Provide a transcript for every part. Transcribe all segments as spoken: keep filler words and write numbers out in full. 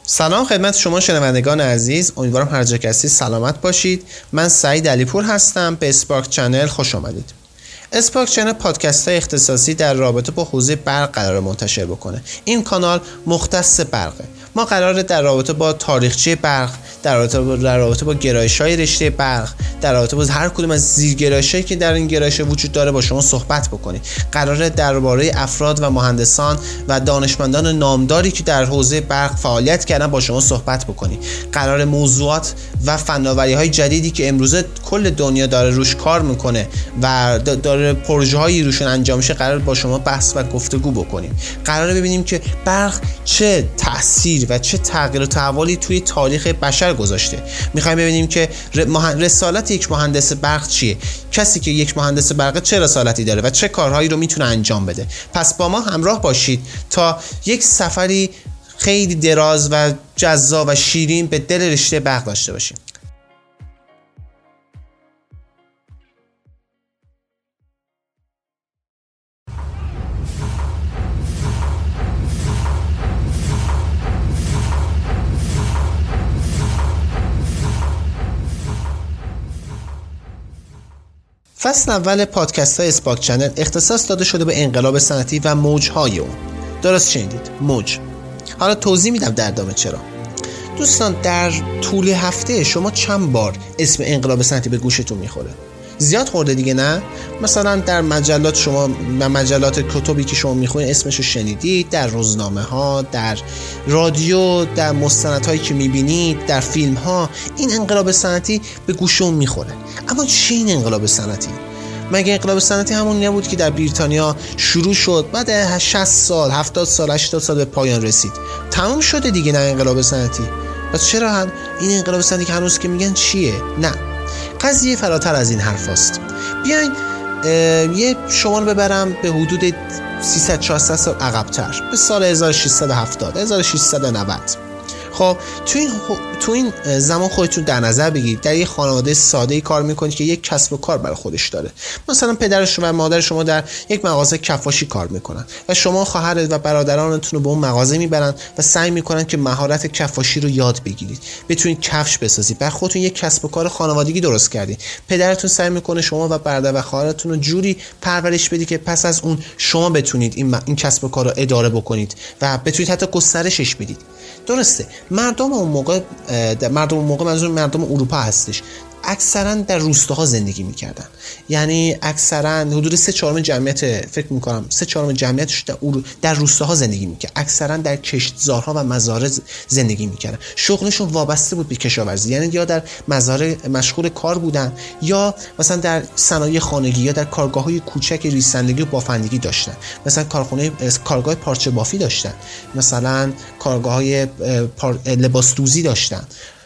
سلام خدمت شما شنوندگان عزیز، امیدوارم هر جا که هستید سلامت باشید. من سعید علیپور هستم. به اسپارک چنل خوش آمدید. اسپارک چنل پادکست های اختصاصی در رابطه با حوزه برق قرار منتشر بکنه. این کانال مختص برقه. ما قراره در رابطه با تاریخچه برق، در رابطه با در رابطه با گرایش‌های رشته برق، در رابطه با هر کدوم از زیرگرایش‌هایی که در این گرایش وجود داره با شما صحبت بکنیم. قراره درباره افراد و مهندسان و دانشمندان نامداری که در حوزه برق فعالیت کردن با شما صحبت بکنیم. قراره موضوعات و فناوری‌های جدیدی که امروزه کل دنیا داره روش کار میکنه و داره پروژه‌هایی روشون انجام میشه قراره با شما بحث و گفتگو بکنیم. قراره ببینیم که برق چه تأثیر و چه تغییر و تحولی توی تاریخ بشر گذاشته. میخوایم ببینیم که رسالت یک مهندس برق چیه، کسی که یک مهندس برق چه رسالتی داره و چه کارهایی رو میتونه انجام بده. پس با ما همراه باشید تا یک سفری خیلی دراز و جذاب و شیرین به دل رشته برق داشته باشیم. فصل اول پادکست های اسپارک چنل اختصاص داده شده به انقلاب صنعتی و موجهای اون. درست شنیدید، موج. حالا توضیح میدم در ادامه چرا. دوستان، در طول هفته شما چند بار اسم انقلاب صنعتی به گوشتون میخوره؟ زیاد خورده دیگه، نه؟ مثلا در مجلات شما و مجلات کتبی که شما میخونید اسمشو شنیدید، در روزنامه ها، در رادیو، در مستندهایی که میبینید، در فیلم ها، این انقلاب صنعتی به گوشون میخوره. اما چی این انقلاب صنعتی؟ مگه انقلاب صنعتی همون نبود که در بریتانیا شروع شد، بعد شصت سال، هفتاد سال، هشتاد سال به پایان رسید؟ تمام شده دیگه نه انقلاب صنعتی؟ پس چرا هم این انقلاب صنعتی که هنوز که میگن چیه؟ نه، قضیه فراتر از این حرف است. بیاین یه شما رو ببرم به حدود سیصد چهارصد سال عقب‌تر، به سال هزار و ششصد و هفتاد هزار و ششصد و نود. خب تو این تو این زمان خودتون در نظر بگیرید در یک خانواده ساده‌ای کار میکنید که یک کسب و کار برای خودش داره. مثلا پدر شما و مادر شما در یک مغازه کفاشی کار میکنن و شما خواهرت و برادرانتون رو به اون مغازه میبرن و سعی میکنن که مهارت کفاشی رو یاد بگیرید، بتونید کفش بسازید، بعد خودتون یک کسب و کار خانوادگی درست کردید. پدرتون سعی میکنه شما و برادر و خواهرتون رو جوری پرورش بدید که پس از اون شما بتونید این این کسب و کار رو اداره بکنید و بتونید حتی گسترشش بدید. درسته، مردم اون موقع مردم اون موقع منظور مردم اروپا هستش، اکثرا در روستاها زندگی میکردن. یعنی اکثرا حدود سه چهارم جمعیت، فکر میکنم سه چهارم جمعیتش در, در روستاها زندگی میکرد. اکثرا در کشتزارها و مزارع زندگی میکردن. شغلشون وابسته بود به کشاورزی، یعنی یا در مزارع مشغول کار بودن یا مثلا در صنایع خانگی یا در کارگاه‌های کوچک ریسندگی و بافندگی داشتن. مثلا کارخونه کارگاه پارچه بافی داشتن، مثلا کارگاه‌های پار... لباس دوزی داشتن،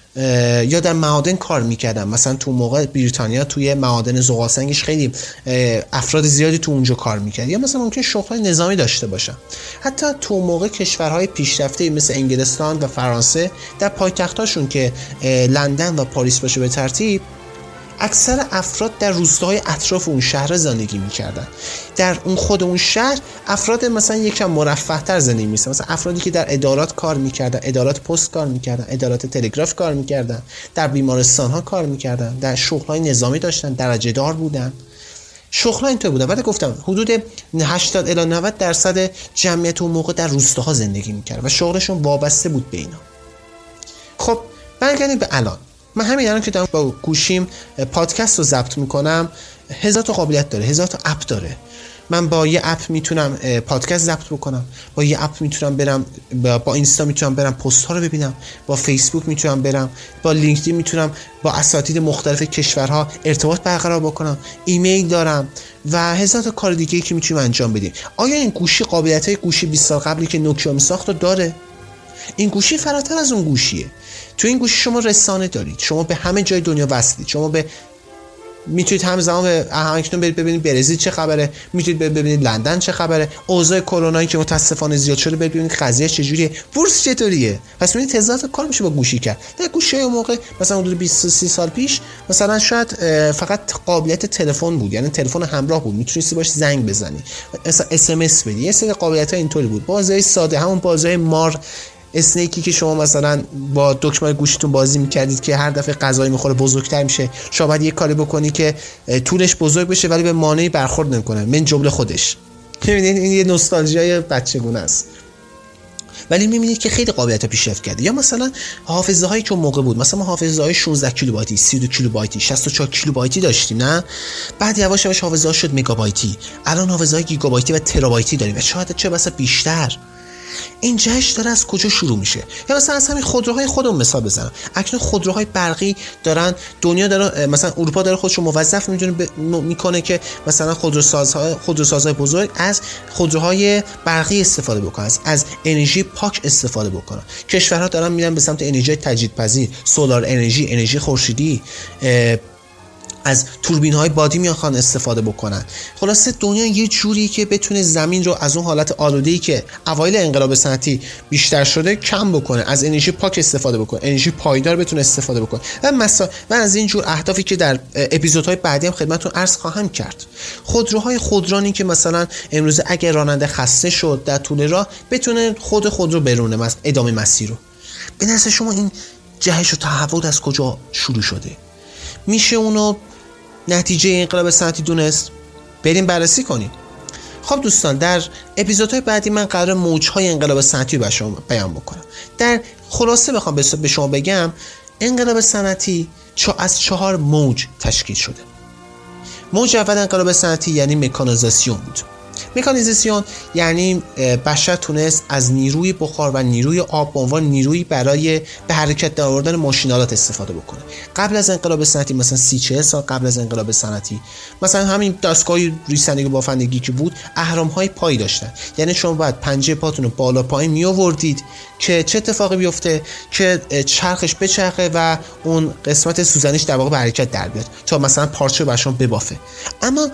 یا در معادن کار میکردن. مثلا تو موقع بریتانیا توی معادن زغال‌سنگش خیلی افراد زیادی تو اونجا کار میکرد، یا مثلا ممکن شغل‌های نظامی داشته باشن. حتی تو موقع کشورهای پیشرفته مثل انگلستان و فرانسه در پایتختاشون که لندن و پاریس باشه به ترتیب، اکثر افراد در روستاهای اطراف اون شهر زندگی میکردن. در اون خود اون شهر افراد مثلا یکم مرفه‌تر زندگی می‌کردن، مثلا افرادی که در ادارات کار میکردن، ادارات پست کار میکردن، ادارات تلگراف کار میکردن، در بیمارستان‌ها کار میکردن، در شغل‌های نظامی داشتن، درجه دار بودن. شغل‌ها اینطور بودن. بعد گفتم حدود هشتاد الی نود درصد جمعیت اون موقع در روستاها زندگی میکردن و شغلشون وابسته بود به اینا. خب برگردیم به الان. من همین الان که دارم با گوشیم پادکست رو ضبط میکنم، هزار تا قابلیت داره، هزار تا اپ داره. من با یه اپ میتونم پادکست ضبط بکنم، با یه اپ میتونم برم با اینستا میتونم برم پست ها رو ببینم، با فیسبوک میتونم برم، با لینکدین میتونم با اساتید مختلف کشورها ارتباط برقرار بکنم، ایمیل دارم و هزار تا کار دیگه که میتونیم انجام بدیم. آیا این گوشی قابلیت‌های گوشی بیست سال قبلی که نوکیا میساخت رو داره؟ این گوشی فراتر از اون گوشیه. تو این گوشی شما رسانه دارید، شما به همه جای دنیا وصلید، شما به میتونید همزمان به همکنون برید ببینید برزیل چه خبره، میتونید ببینید لندن چه خبره، اوضاع کرونایی که متاسفانه زیاد شده برید ببینید قضیه چجوریه، بورس چطوریه. پس ببینید هزار تا کار میشه با گوشی کرد. در گوشی اون موقع مثلا حدود بیست تا سی سال پیش مثلا شاید فقط قابلیت تلفن بود، یعنی تلفن همراه بود، میتونستی باش زنگ بزنی، مثلا اس ام اس بدی، یه سری قابلیت‌ها اینطوری بود. بازهای ساده، همون بازهای مار اسنیکی که شما مثلا با دکمه گوشتون بازی میکردید که هر دفعه غذای میخوره بزرگتر میشه، شما باید یه کاری بکنی که طولش بزرگ بشه ولی به مانعی برخورد نمیکنه، من جمله خودش. میبینید این یه نوستالژی بچگونه است، ولی میبینید که خیلی قابلیت پیشرفت کرده. یا مثلا حافظه هایی که اون موقع بود، مثلا ما حافظه های شانزده کیلوبایتی، سی و دو کیلوبایتی، شصت و چهار کیلوبایتی داشتیم، نه؟ بعد یواش یواش حافظه ها شد مگابایتی، الان حافظه های گیگابایتی و ترابایتی داریم و شاید چه بسا بیشتر. این جهش داره از کجا شروع میشه؟ یا مثلا از همین خودروهای خودمون مثال بزنم. اکنون خودروهای برقی دارن، دنیا داره، مثلا اروپا داره خودشو موظف میدونه ب... میکنه که مثلا خودروسازهای خودروسازهای بزرگ از خودروهای برقی استفاده بکنن، از انرژی پاک استفاده بکنن. کشورها دارن میرن به سمت انرژی تجدیدپذیر، سولار انرژی، انرژی خورشیدی، از توربین های بادی میخوان استفاده بکنن. خلاصه دنیا یه جوری که بتونه زمین رو از اون حالت آلوده‌ای که اوایل انقلاب صنعتی بیشتر شده کم بکنه، از انرژی پاک استفاده بکنه، انرژی پایدار بتونه استفاده بکنه و مثلا و از این جور اهدافی که در اپیزودهای بعدی هم خدمتتون عرض خواهم کرد. خودروهای خودرانی که مثلا امروز اگه راننده خسته شد در طول راه بتونه خود خودرو برونه مثلا ادامه مسیر رو. به نظر شما این جهش و تحول از کجا شروع شده؟ میشه اونو نتیجه انقلاب صنعتی دونست؟ بریم بررسی کنیم. خب دوستان، در اپیزودهای بعدی من قرار موجهای انقلاب صنعتی رو به شما بیان بکنم. در خلاصه بخوام به شما بگم، انقلاب صنعتی از چهار موج تشکیل شده. موج اول انقلاب صنعتی یعنی مکانیزاسیون بود. مکانیزاسیون یعنی بشر تونست از نیروی بخار و نیروی آب به عنوان نیروی برای به حرکت در آوردن ماشین‌آلات استفاده بکنه. قبل از انقلاب صنعتی، مثلا سی چهل سال قبل از انقلاب صنعتی، مثلا همین دستگاه ریسندگی و بافندگی که بود، اهرم‌های پایی داشتن. یعنی شما باید پنجه پاتون رو بالا پایین می‌آوردید که چه اتفاقی بیفته؟ که چرخش بچرخه و اون قسمت سوزنیش در واقع به حرکت در بیاد تا مثلا پارچه رو برشون ببافه. اما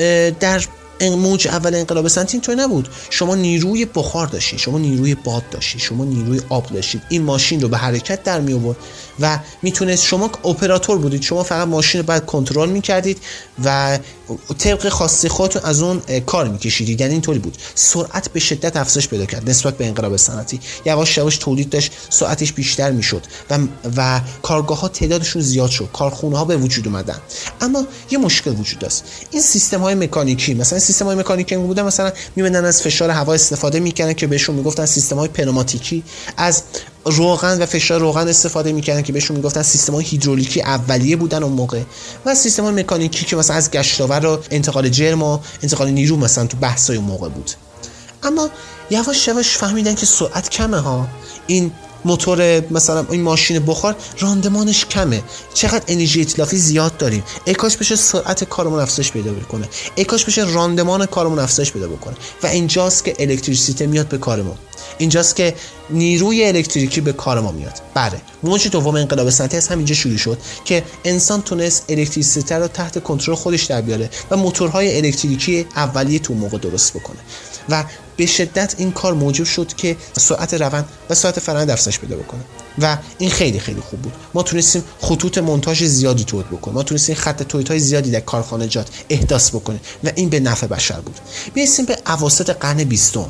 در موج اول انقلاب صنعتی اینطور نبود. شما نیروی بخار داشتید، شما نیروی باد داشتید، شما نیروی آب داشتید. این ماشین رو به حرکت در می آورد و میتونست، شما اپراتور بودید، شما فقط ماشین رو باید کنترل میکردید و طبق خواسته خودتون از اون کار میکشیدید. یعنی اینطوری بود. سرعت به شدت افزایش پیدا کرد نسبت به انقلاب صنعتی. یواش یواش تولید داشت سرعتش بیشتر میشد و و کارگاه‌ها تعدادشون زیاد شد، کارخونه‌ها به وجود اومدن. اما یه مشکل وجود داشت. این سیستم‌های مکانیکی، مثلا سیستم‌های مکانیکی بودن، مثلا می‌مدن از فشار هوا استفاده می‌کردن که بهشون میگفتن سیستم‌های پنوماتیکی، از روغن و فشار روغن استفاده می‌کردن که بهشون میگفتن سیستم‌های هیدرولیکی اولیه بودن اون موقع، و سیستم‌های مکانیکی که مثلا از گشتاور و انتقال جرم و انتقال نیرو مثلا تو بحث‌های اون موقع بود. اما یواش یواش فهمیدن که سرعت کمه ها، این موتور مثلا این ماشین بخار راندمانش کمه، چقدر انرژی اتلافی زیاد داریم، ای کاش بشه سرعت کارمون افزایش پیدا بکنه، ای کاش بشه راندمان کارمون افزایش پیدا بکنه. و اینجاست که الکتریسیته میاد به کارمون، اینجاست که نیروی الکتریکی به کار ما میاد. بله، موج دوم انقلاب صنعتی از همینجا شروع شد که انسان تونست الکتریسیته رو تحت کنترل خودش در بیاره و موتورهای الکتریکی اولیه تو موقع درست بکنه و به شدت این کار موجب شد که سرعت روند و سرعت فرآیند افزایش پیدا بکنه و این خیلی خیلی خوب بود. ما تونستیم خطوط مونتاژ زیادی تولید بکنیم، ما تونستیم خط تولیدهای زیادی در کارخانجات احداث بکنیم و این به نفع بشر بود. برسیم به اواسط قرن بیستم.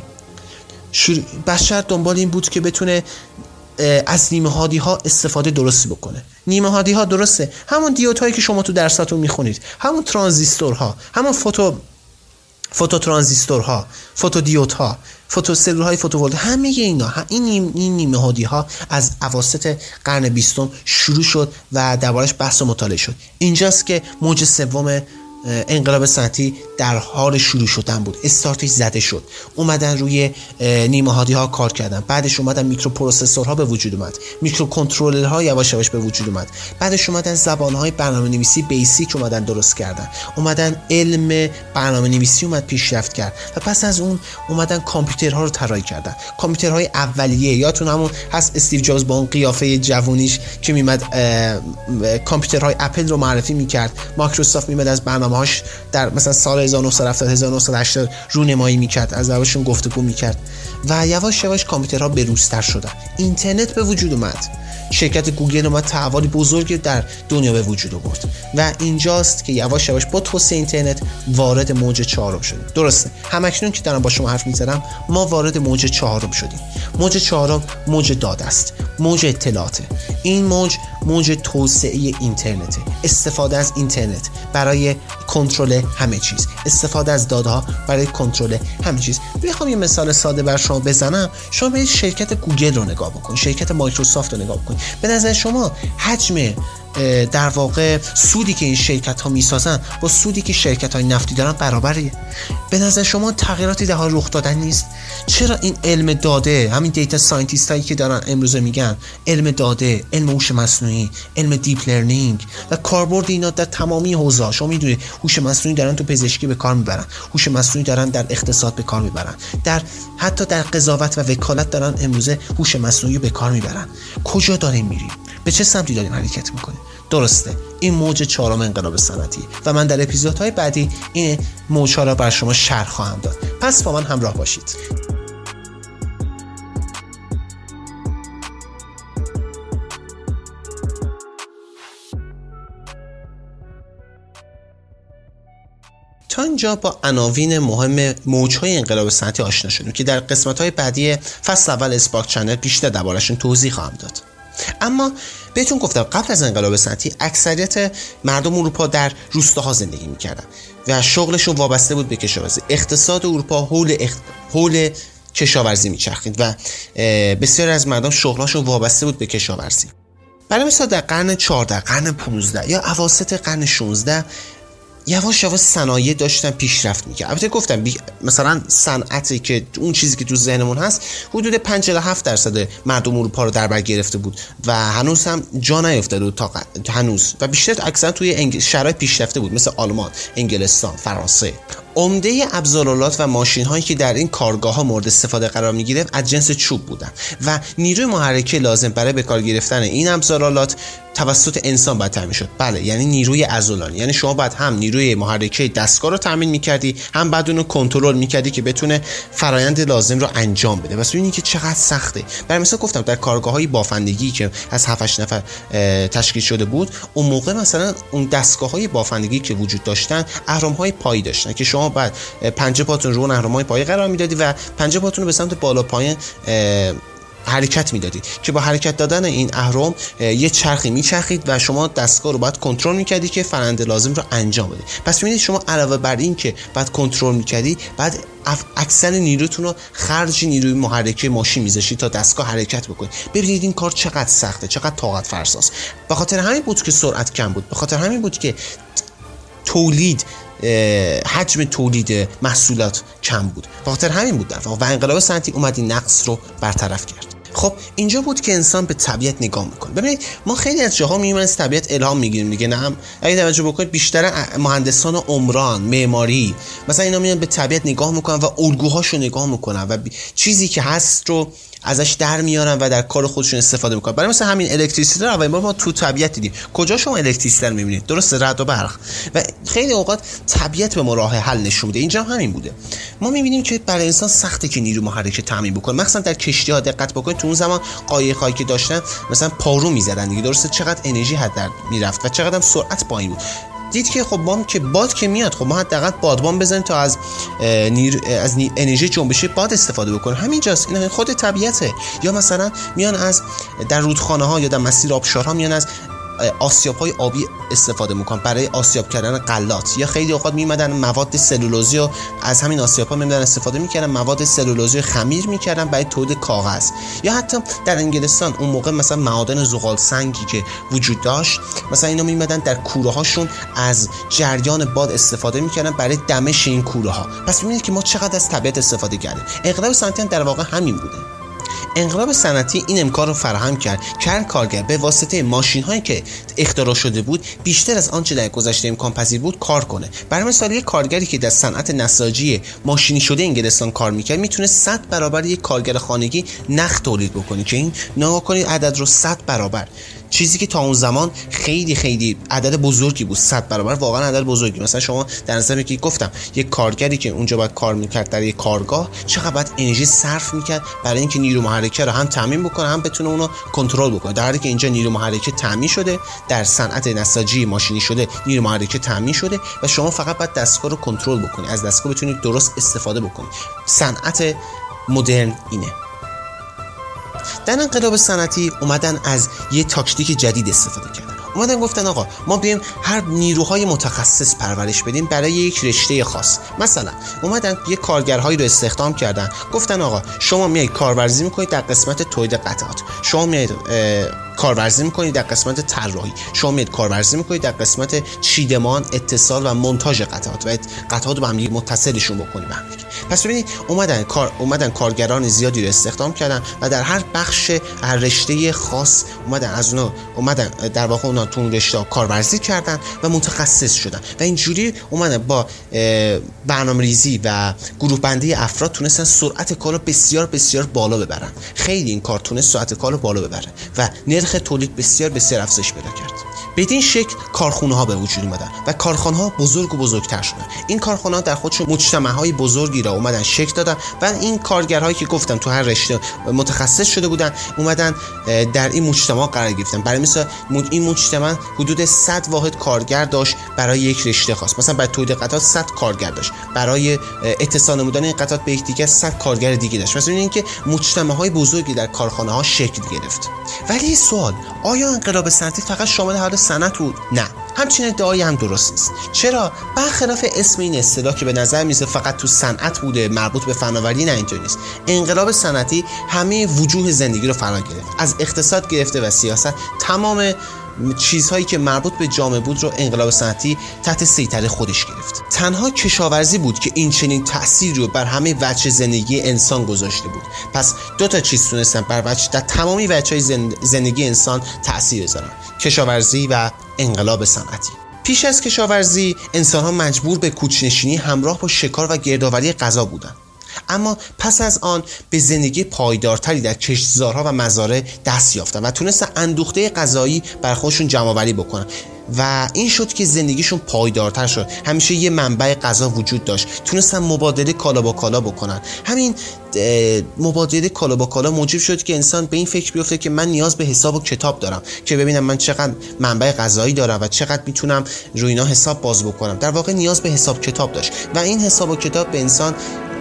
بشر دنبال این بود که بتونه از نیمه هادی ها استفاده درستی بکنه. نیمه هادی ها درسته، همون دیودهایی که شما تو درساتون میخونید، همون ترانزیستورها، همون فوتو فوتو ترانزیستورها، فوتو دیودها، فوتو سلولهای فوتوولتیک، همه اینا، این این نیمه هادی ها از اواسط قرن بیستم شروع شد و دربارش بحث و مطالعه شد. اینجاست که موج سوم انقلاب صنعتی در حال شروع شدن بود، استارتش زده شد. اومدن روی نیمه هادی ها کار کردن، بعدش اومدن میکروپروسسورها به وجود اومد، میکرو کنترلرها یواش یواش به وجود اومد، بعدش اومدن زبانهای برنامه‌نویسی بیسیک اومدن درست کردن، اومدن علم برنامه‌نویسی اومد پیشرفت کرد و پس از اون اومدن کامپیوترها رو طراحی کردن. کامپیوترهای اولیه، یادتون همون هست استیو جابز با اون قیافه جوونیش که میمد کامپیوترهای اپل رو معرفی میکرد، مایکروسافت میمد از برنامه روزنامه‌هاش در مثلا سال هزار و نهصد و هفتاد هزار و نهصد و هشتاد رونمایی میکرد، از دربارشون گفتگو میکرد و یواش یواش کامپیوترها بروزتر شدن. اینترنت به وجود اومد، شرکت گوگل اومد تحولی بزرگی در دنیا به وجود آورد و اینجاست که یواش یواش با توسعه اینترنت وارد موج چهارم شدیم. درسته، همکنون که دارم با شما حرف میزنم ما وارد موج چهارم شدیم. موج چهارم موج داده است، موج اطلاعاته. این موج موج توسعه اینترنته، استفاده از اینترنت برای کنترل همه چیز، استفاده از داده ها برای کنترل همه چیز. بخوام یه مثال ساده بر شما بزنم، شما به شرکت گوگل رو نگاه بکن، شرکت مایکروسافت رو نگاه بکن. به نظر شما حجم در واقع سودی که این شرکت ها میسازن با سودی که شرکت های نفتی دارن برابره؟ به نظر شما تغییراتی در حال رخ دادن نیست؟ چرا این علم داده، همین دیتا ساینتیست هایی که دارن امروزه میگن علم داده، علم هوش مصنوعی، علم دیپ لرنینگ و کاربرد اینا در تمامی حوزه‌ها، شما میدونید هوش مصنوعی دارن تو پزشکی به کار میبرن، هوش مصنوعی دارن در اقتصاد به کار میبرن، در حتی در قضاوت و وکالت دارن امروزه هوش مصنوعی به کار میبرن. کجا داریم میریم؟ به چه سمتی داریم حرکت میکنیم؟ درسته، این موج چهارم انقلاب صنعتی و من در اپیزودهای بعدی این موج‌ها را بر شما شرح خواهم داد. پس با من همراه باشید. تا اینجا با عناوین مهم موج‌های انقلاب صنعتی آشنا شدیم که در قسمت‌های بعدی فصل اول اسپارک چنل بیشتر درباره‌شون توضیح خواهم داد. اما بهتون گفتم قبل از انقلاب صنعتی اکثریت مردم اروپا در روستاها زندگی می‌کردن و شغلشون وابسته بود به کشاورزی. اقتصاد اروپا حول اخ... حول کشاورزی می‌چرخید و بسیاری از مردم شغلشون وابسته بود به کشاورزی. برای مثال در قرن چهاردهم، قرن پانزده یا اواسط قرن شانزده یواش یواش صنایع داشتن پیشرفت می‌کرد. البته گفتم بی... مثلا صنعتی که اون چیزی که تو ذهنمون هست حدود پنجاه و هفت درصد مردم اروپا رو در بر گرفته بود و هنوز هم جا نیافتاده بود تا هنوز و بیشتر اکثرا توی انگ... شرایط پیشرفته بود مثل آلمان، انگلستان، فرانسه. عمده ابزارالات و ماشین هایی که در این کارگاه ها مورد استفاده قرار می گرفت از جنس چوب بودن و نیروی محرکه لازم برای به کار گرفتن این ابزارالات توسط انسان باید تامین شد. بله، یعنی نیروی عضلانی، یعنی شما باید هم نیروی محرکه دستگاه رو تامین می‌کردی، هم بعد اون رو کنترل می‌کردی که بتونه فرایند لازم رو انجام بده. واسه اینی که چقدر سخته. برای مثلا گفتم در کارگاه‌های بافندگی که از هفت هشت نفر تشکیل شده بود، اون موقع مثلا اون دستگاه‌های بافندگی که وجود داشتن اهرم‌های پایی داشتن که شما بعد پنجه پاتون رو اون اهرم‌های پایی قرار میدادی و پنجه پاتون رو به سمت بالا پایین حرکت میدادید که با حرکت دادن این اهرم یه چرخی میچرخید و شما دستگاه رو باید کنترل میکردی که فرآیند لازم رو انجام بده. پس میبینید شما علاوه بر این که باید کنترل میکردی، بعد اکثر نیروتون رو خرج نیروی محرکه ماشین میذاشید تا دستگاه حرکت بکنه. ببینید این کار چقدر سخته، چقدر طاقت فرساست. به خاطر همین بود که سرعت کم بود، به خاطر همین بود که تولید حجم تولید محصولات کم بود، به خاطر همین بود در و انقلاب صنعتی اومد این نقص رو برطرف کرد. خب اینجا بود که انسان به طبیعت نگاه میکنه. ببینید ما خیلی از جاها میگیم از طبیعت الهام میگیریم دیگه، نه هم اگه توجه بکنید بیشتر مهندسان عمران، معماری مثلا اینا میان به طبیعت نگاه میکنن و الگوهاشو نگاه میکنن و چیزی که هست رو ازش در میارن و در کار خودشون استفاده میکنن. برای مثلا همین الکتریسیته رو اولین بار ما تو طبیعت دیدیم. کجا شما الکتریسیته رو میبینید؟ درسته، رعد و برق. و خیلی اوقات طبیعت به ما راه حل نشون میده. اینجا هم همین بوده. ما میبینیم که برای انسان سخته که نیرو محرکه تامین بکنه. مثلا در کشتی ها دقت بکنید، تو اون زمان قایقایی که داشتن مثلا پارو میزدن دیگه، درسته، چقدر انرژی هدر میرفت و چقدر هم سرعت پایین بود. دید که خب ما که باد که میاد، خب ما حداقل بادبان بزنیم تا از نیر از نیر انرژی جنبشی باد استفاده بکنیم. همینجاست، این خود طبیعته. یا مثلا میان از در رودخانه ها یا در مسیر آبشارها میان از آسیاب‌های آبی استفاده میکنن برای آسیاب کردن غلات، یا خیلی اوقات میمدن مواد سلولوزی رو از همین آسیاب‌ها میمدن استفاده میکردن، مواد سلولوزی رو خمیر میکردن برای تولید کاغذ. یا حتی در انگلستان اون موقع مثلا معادن زغال سنگی که وجود داشت، مثلا اینا میمدن در کوره هاشون از جریان باد استفاده میکردن برای دمش این کوره ها. پس میبینید که ما چقدر از طبیعت استفاده کردیم. انقلاب صنعتی در واقع همین بوده. انقلاب صنعتی این امکان رو فراهم کرد که هر کارگر به واسطه ماشین هایی که اختراع شده بود بیشتر از آنچه در گذشته امکان پذیر بود کار کنه. برای مثال یک کارگری که در صنعت نساجی ماشینی شده انگلستان کار میکرد میتونه صد برابر یک کارگر خانگی نخ تولید بکنه، که این نگاه کنید عدد رو صد برابر. چیزی که تا اون زمان خیلی خیلی عدد بزرگی بود، صد برابر واقعا عدد بزرگی. مثلا شما در نظر بگیرید گفتم یک کارگری که اونجا باید کار میکرد در یک کارگاه چقدر باید انرژی صرف میکرد برای اینکه نیرو محرکه رو هم تامین بکنه هم بتونه اونو کنترل بکنه، در حالی که اینجا نیرو محرکه تامین شده، در صنعت نساجی ماشینی شده نیرو محرکه تامین شده و شما فقط باید دستگاه رو کنترل بکنید، از دستگاه بتونید درست استفاده بکنید. صنعت مدرن اینه. در انقلاب صنعتی اومدن از یه تاکتیک جدید استفاده کردن. اومدن گفتن آقا ما بیایم هر نیروهای متخصص پرورش بدیم برای یک رشته خاص. مثلا اومدن یک کارگرهایی رو استخدام کردن، گفتن آقا شما میایید کارورزی میکنید در قسمت تولید قطعات، شما میایید کارورزی میکنید در قسمت طراحی، شما میایید کارورزی میکنید در قسمت چیدمان، اتصال و مونتاژ قطعات و قطعات رو با هم دیگه متصلشون بکنید به هم دیگه. پس ببینید اومدن کار اومدن کارگران زیادی رو استخدام کردن و در هر بخش هر رشته خاص اومدن از اونها اومدن در واقع اونها تو اون رشته کارورزی کردن و متخصص شدن و اینجوری اومدن با برنامه‌ریزی و گروه بندی افراد تونستن سرعت کار بسیار بسیار بالا ببرن. خیلی این کار تونست سرعت کار بالا ببره و نرخ تولید بسیار بسیار افزایش پیدا کرد. بدین شکل کارخونه ها به وجود اومدن و کارخانه ها بزرگ و بزرگتر شدن. این کارخانه ها در خودشون مجتمع های بزرگی را اومدن شکل دادن و این کارگرهایی که گفتم تو هر رشته متخصص شده بودن اومدن در این مجتمع قرار گرفتن. برای مثال این مجتمع حدود صد واحد کارگر داشت برای یک رشته خاص، مثلا برای تولید قطعات صد کارگر داشت، برای اتصال نمودن این قطعات به یکدیگر صد کارگر دیگه داشت. مثلا اینکه مجتمع های بزرگی در کارخانه ها شکل گرفت. ولی سوال، آیا انقلاب صنعتی فقط شامل حال صنعت بود؟ نه، همچین ادعایی هم درست نیست. چرا؟ برخلاف اسم این اصطلاح که به نظر میسه فقط تو صنعت بوده مربوط به فناوری، نه اینطور نیست. انقلاب صنعتی همه وجوه زندگی رو فرا گرفت، از اقتصاد گرفته و سیاست، تمام چیزهایی که مربوط به جامعه بود رو انقلاب صنعتی تحت سیطره خودش گرفت. تنها کشاورزی بود که این چنین تأثیر رو بر همه وجه زندگی انسان گذاشته بود. پس دو تا چیز تونستن بر وجه در تمامی وجه‌های زندگی انسان تأثیر بذارن: کشاورزی و انقلاب صنعتی. پیش از کشاورزی انسان‌ها مجبور به کوچ‌نشینی همراه با شکار و گردآوری غذا بودند. اما پس از آن به زندگی پایدارتری در کشتزارها و مزارع دست یافتن و تونستن اندوخته غذایی بر خودشون جمع‌آوری بکنن و این شد که زندگیشون پایدارتر شد. همیشه یه منبع غذا وجود داشت، تونستن مبادله کالا با کالا بکنن. همین مبادله کالا با کالا موجب شد که انسان به این فکر بیفته که من نیاز به حساب و کتاب دارم که ببینم من چقدر منبع غذایی دارم و چقدر میتونم روی اینا حساب باز بکنم. در واقع نیاز به حساب کتاب داشت و این حساب و کتاب به انسان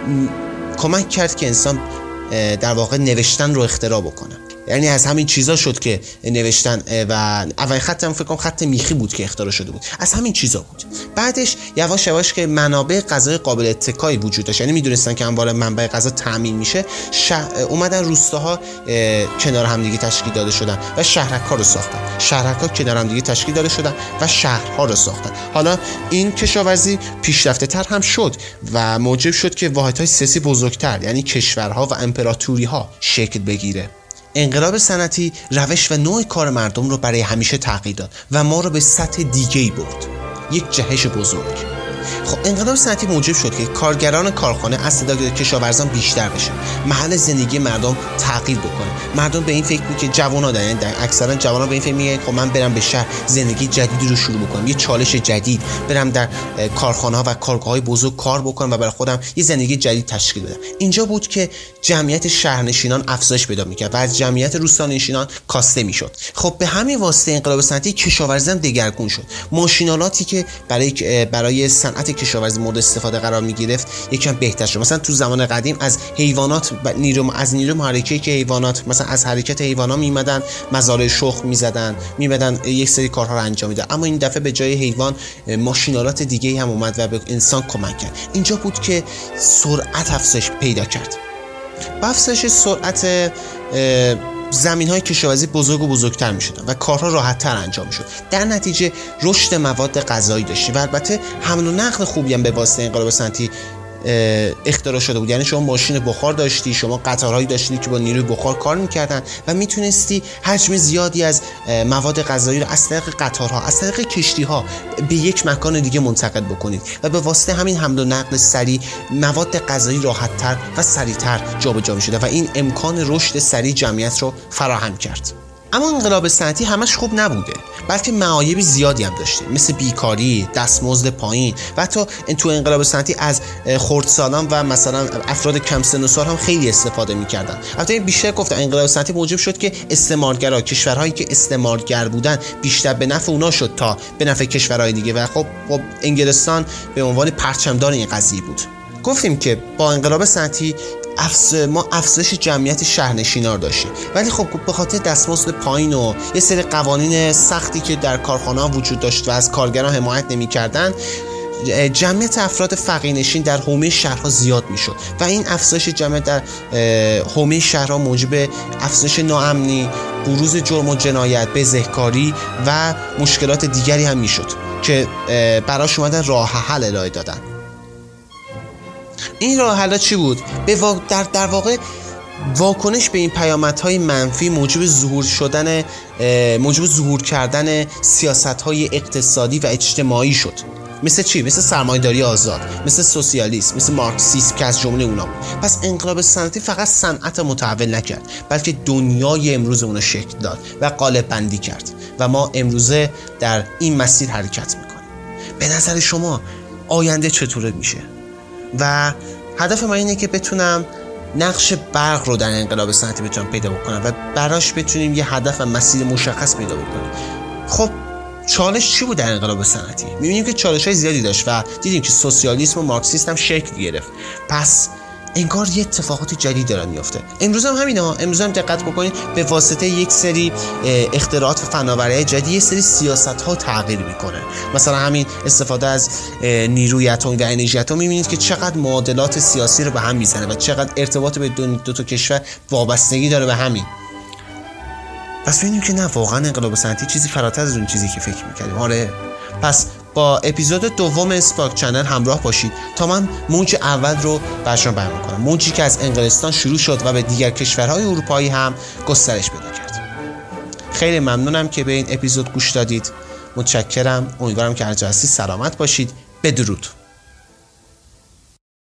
کمک کرد که انسان در واقع نوشتن رو اختراع بکنه. یعنی از همین چیزا شد که نوشتن و اول خط هم فکر کنم خط میخی بود که اختراع شده بود، از همین چیزا بود. بعدش یواش یواش که منابع غذای قابل اتکایی وجود داشت، یعنی میدونستن که همواره منبع غذا تامین میشه، شهر... اومدن روستاها کنار هم دیگه تشکیل داده شدن و شهرک‌ها رو ساختن. شهرک‌ها کنار هم دیگه تشکیل داده شدن و شهرها رو ساختن. حالا این کشاورزی پیشرفته تر هم شد و موجب شد که واحدهای سیاسی بزرگتر، یعنی کشورها و امپراتوری‌ها شکل بگیره. انقلاب صنعتی روش و نوع کار مردم رو برای همیشه تغییر داد و ما رو به سطح دیگه‌ای برد، یک جهش بزرگ. خب انقلاب صنعتی موجب شد که کارگران کارخانه از تعداد کشاورزان بیشتر بشه، محل زندگی مردم تغییر بکنه. مردم به این فکر می‌کنن که جوان‌ها دارن، اکثرا جوان‌ها به این فکر می‌کنن خب من برم به شهر زندگی جدیدی رو شروع بکنم، یه چالش جدید، برم در کارخانه‌ها و کارگاه‌های بزرگ کار بکنم و برای خودم یه زندگی جدید تشکیل بدم. اینجا بود که جمعیت شهرنشینان افزایش پیدا می‌کرد و از جمعیت روستانشینان کاسته می‌شد. خب به همین واسطه انقلاب صنعتی کشاورزی هم دگرگون شد. ماشینالاتی که برای برای صنعت کشاورزی مورد استفاده قرار می‌گرفت یکم بهتر شد. مثلا تو زمان قدیم از حیوانات نیرو از نیرو محرکه‌ای که حیوانات مثلا از حرکت حیوانات می‌مدن مزارع شخم می‌زدن، می‌مدن یک سری کارها رو انجام میدادن، اما این دفعه به جای حیوان ماشینالات دیگه‌ای هم اومد و به انسان کمک کرد. اینجا بود که سرعت افزایش پیدا کرد. با افزایش سرعت زمین‌های کشاورزی بزرگ و بزرگتر می‌شدن و کارها راحت‌تر انجام می‌شد. در نتیجه رشد مواد غذایی داشتیم و البته حمل و نقل خوبی هم به واسطه انقلاب صنعتی اختراع شده بود. یعنی شما ماشین بخار داشتی، شما قطارهایی داشتی که با نیروی بخار کار میکردن و میتونستی حجم زیادی از مواد غذایی رو از طریق قطارها، از طریق کشتی‌ها به یک مکان دیگه منتقل بکنید و به واسطه همین حمل و نقل سریع مواد غذایی راحت‌تر و سریع‌تر جابجا می‌شد و این امکان رشد سریع جمعیت رو فراهم کرد. اما انقلاب صنعتی همش خوب نبوده، بلکه معایب زیادی هم داشته، مثل بیکاری، دستمزد پایین و حتی تو انقلاب صنعتی از خردسالان و مثلا افراد کم سن و سال هم خیلی استفاده می‌کردن. البته بیشتر گفتم انقلاب صنعتی موجب شد که استعمارگرا، کشورهایی که استعمارگر بودن، بیشتر به نفع اونا شد تا به نفع کشورهای دیگه و خب خب انگلستان به عنوان پرچمدار این قضیه بود. گفتیم که با انقلاب صنعتی افز... ما افزایش جمعیت شهرنشینا رو داشتیم، ولی خب به خاطر دستمزد پایین و یه سری قوانین سختی که در کارخانه‌ها وجود داشت و از کارگران حمایت نمی‌کردن، جمعیت افراد فقیرنشین در حومه شهرها زیاد میشد و این افزایش جمعیت در حومه شهرها موجب افزایش ناامنی، بروز جرم و جنایت، بزهکاری و مشکلات دیگری هم میشد که براش اومدن راه حل ارائه دادن. این راه حل چی بود؟ به وا... در در واقع واکنش به این پیامدهای منفی موجب ظهور شدن موجب ظهور کردن سیاست‌های اقتصادی و اجتماعی شد. مثل چی؟ مثل سرمایه‌داری آزاد، مثل سوسیالیسم، مثل مارکسیسم که از جمله اونا بود. پس انقلاب صنعتی فقط صنعت متحول نکرد، بلکه دنیای امروز اون رو شکل داد و قالب بندی کرد و ما امروزه در این مسیر حرکت میکنیم. به نظر شما آینده چطوره میشه؟ و هدف من اینه که بتونم نقش برق رو در انقلاب صنعتی بتونم پیدا بکنم و براش بتونیم یه هدف و مسیر مشخص پیدا بکنیم. خب چالش چی بود در انقلاب صنعتی؟ می‌بینیم که چالش‌های زیادی داشت و دیدیم که سوسیالیسم و مارکسیسم هم شکل گرفت. پس انگار یه اتفاقات جدید داره میفته. امروز هم همینه ها. امروز هم دقت بکنید به واسطه یک سری اختراعات و فناوری‌های جدید یه سری سیاست‌ها تغییر میکنه. مثلا همین استفاده از نیروی اتمی و انرژی اتمی می‌بینید که چقدر معادلات سیاسی رو به هم میزنه و چقدر ارتباط به دو, دو تا کشور وابستگی داره به همین. پس ببینیم که نه، واقعا انقلاب صنعتی چیزی فراتر از اون چیزی که فکر می‌کردیم. آره. پس با اپیزود دوم اسپاک چنل همراه باشید تا من موج اول رو برشون بیان کنم، موجی که از انگلستان شروع شد و به دیگر کشورهای اروپایی هم گسترش پیدا کرد. خیلی ممنونم که به این اپیزود گوش دادید. متشکرم. امیدوارم که هر جا هستید سلامت باشید. بدرود.